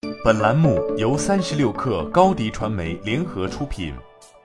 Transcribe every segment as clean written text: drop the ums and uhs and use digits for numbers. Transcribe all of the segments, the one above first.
本栏目由36氪高迪传媒联合出品。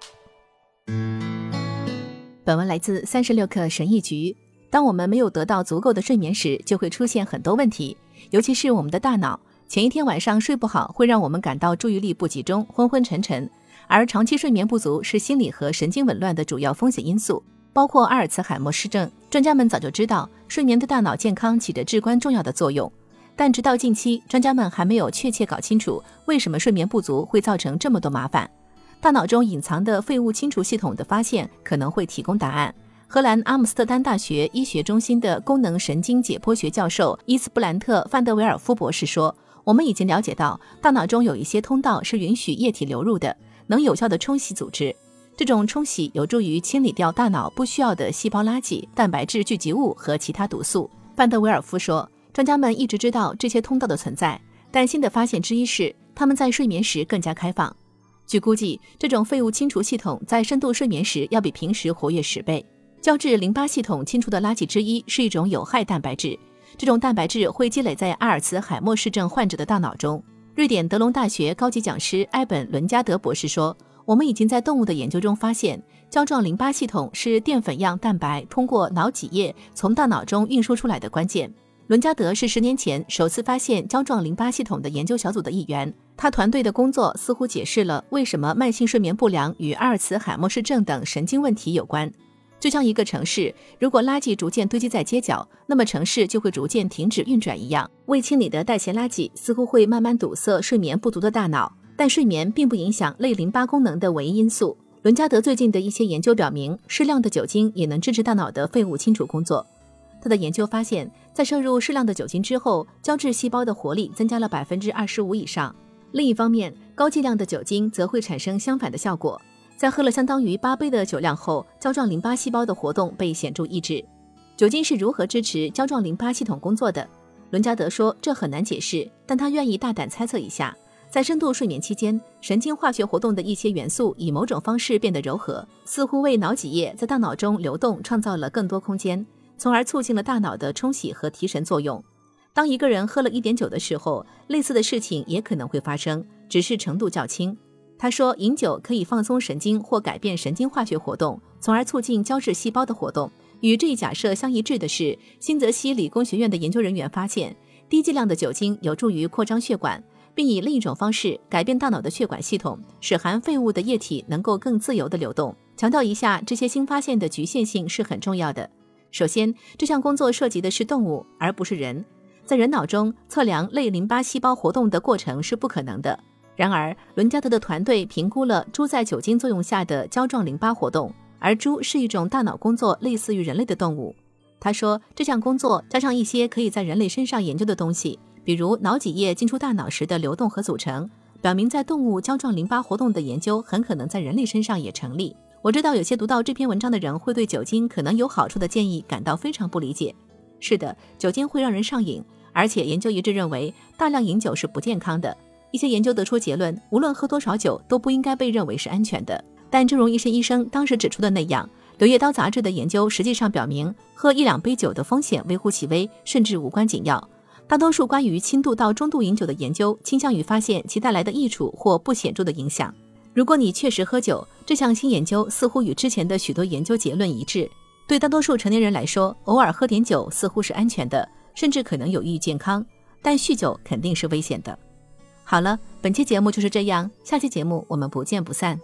本文来自36氪神医局。当我们没有得到足够的睡眠时，就会出现很多问题，尤其是我们的大脑。前一天晚上睡不好，会让我们感到注意力不集中、昏昏沉沉，而长期睡眠不足是心理和神经紊乱的主要风险因素，包括阿尔茨海默氏症。专家们早就知道，睡眠对大脑健康起着至关重要的作用，但直到近期，专家们还没有确切搞清楚为什么睡眠不足会造成这么多麻烦。大脑中隐藏的废物清除系统的发现可能会提供答案。荷兰阿姆斯特丹大学医学中心的功能神经解剖学教授伊斯布兰特·范德维尔夫博士说，我们已经了解到大脑中有一些通道是允许液体流入的，能有效地冲洗组织。这种冲洗有助于清理掉大脑不需要的细胞垃圾、蛋白质聚集物和其他毒素。范德维尔夫说，专家们一直知道这些通道的存在，但新的发现之一是它们在睡眠时更加开放。据估计，这种废物清除系统在深度睡眠时要比平时活跃10倍。胶质淋巴系统清除的垃圾之一是一种有害蛋白质，这种蛋白质会积累在阿尔茨海默氏症患者的大脑中。瑞典德隆大学高级讲师埃本·伦加德博士说，我们已经在动物的研究中发现，胶状淋巴系统是淀粉样蛋白通过脑脊液从大脑中运输出来的关键。伦加德是10年前首次发现胶状淋巴系统的研究小组的一员，他团队的工作似乎解释了为什么慢性睡眠不良与阿尔茨海默氏症等神经问题有关。就像一个城市，如果垃圾逐渐堆积在街角，那么城市就会逐渐停止运转一样。未清理的代谢垃圾似乎会慢慢堵塞睡眠不足的大脑，但睡眠并不影响类淋巴功能的唯一因素。伦加德最近的一些研究表明，适量的酒精也能支持大脑的废物清除工作。他的研究发现，在摄入适量的酒精之后，胶质细胞的活力增加了25%以上。另一方面，高剂量的酒精则会产生相反的效果。在喝了相当于8杯的酒量后，胶状淋巴细胞的活动被显著抑制。酒精是如何支持胶状淋巴系统工作的？伦加德说，这很难解释，但他愿意大胆猜测一下。在深度睡眠期间，神经化学活动的一些元素以某种方式变得柔和，似乎为脑脊液在大脑中流动创造了更多空间，从而促进了大脑的冲洗和提神作用。当一个人喝了1点酒的时候，类似的事情也可能会发生，只是程度较轻。他说，饮酒可以放松神经或改变神经化学活动，从而促进胶质细胞的活动。与这一假设相一致的是，新泽西理工学院的研究人员发现，低剂量的酒精有助于扩张血管，并以另一种方式改变大脑的血管系统，使含废物的液体能够更自由地流动。强调一下，这些新发现的局限性是很重要的。首先，这项工作涉及的是动物，而不是人。在人脑中测量类淋巴细胞活动的过程是不可能的。然而，伦加德的团队评估了猪在酒精作用下的胶状淋巴活动，而猪是一种大脑工作类似于人类的动物。他说，这项工作加上一些可以在人类身上研究的东西，比如脑脊液进出大脑时的流动和组成，表明在动物胶状淋巴活动的研究很可能在人类身上也成立。我知道有些读到这篇文章的人会对酒精可能有好处的建议感到非常不理解。是的，酒精会让人上瘾，而且研究一致认为大量饮酒是不健康的。一些研究得出结论，无论喝多少酒都不应该被认为是安全的。但正如一些医生当时指出的那样，柳叶刀杂志的研究实际上表明，喝1-2杯酒的风险微乎其微，甚至无关紧要。大多数关于轻度到中度饮酒的研究倾向于发现其带来的益处或不显著的影响。如果你确实喝酒，这项新研究似乎与之前的许多研究结论一致。对大多数成年人来说，偶尔喝点酒似乎是安全的，甚至可能有益于健康，但酗酒肯定是危险的。好了，本期节目就是这样，下期节目我们不见不散。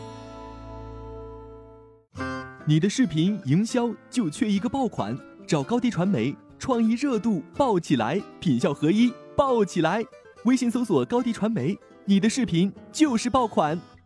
你的视频营销就缺一个爆款，找高迪传媒，创意热度爆起来，品效合一爆起来。微信搜索高迪传媒，你的视频就是爆款。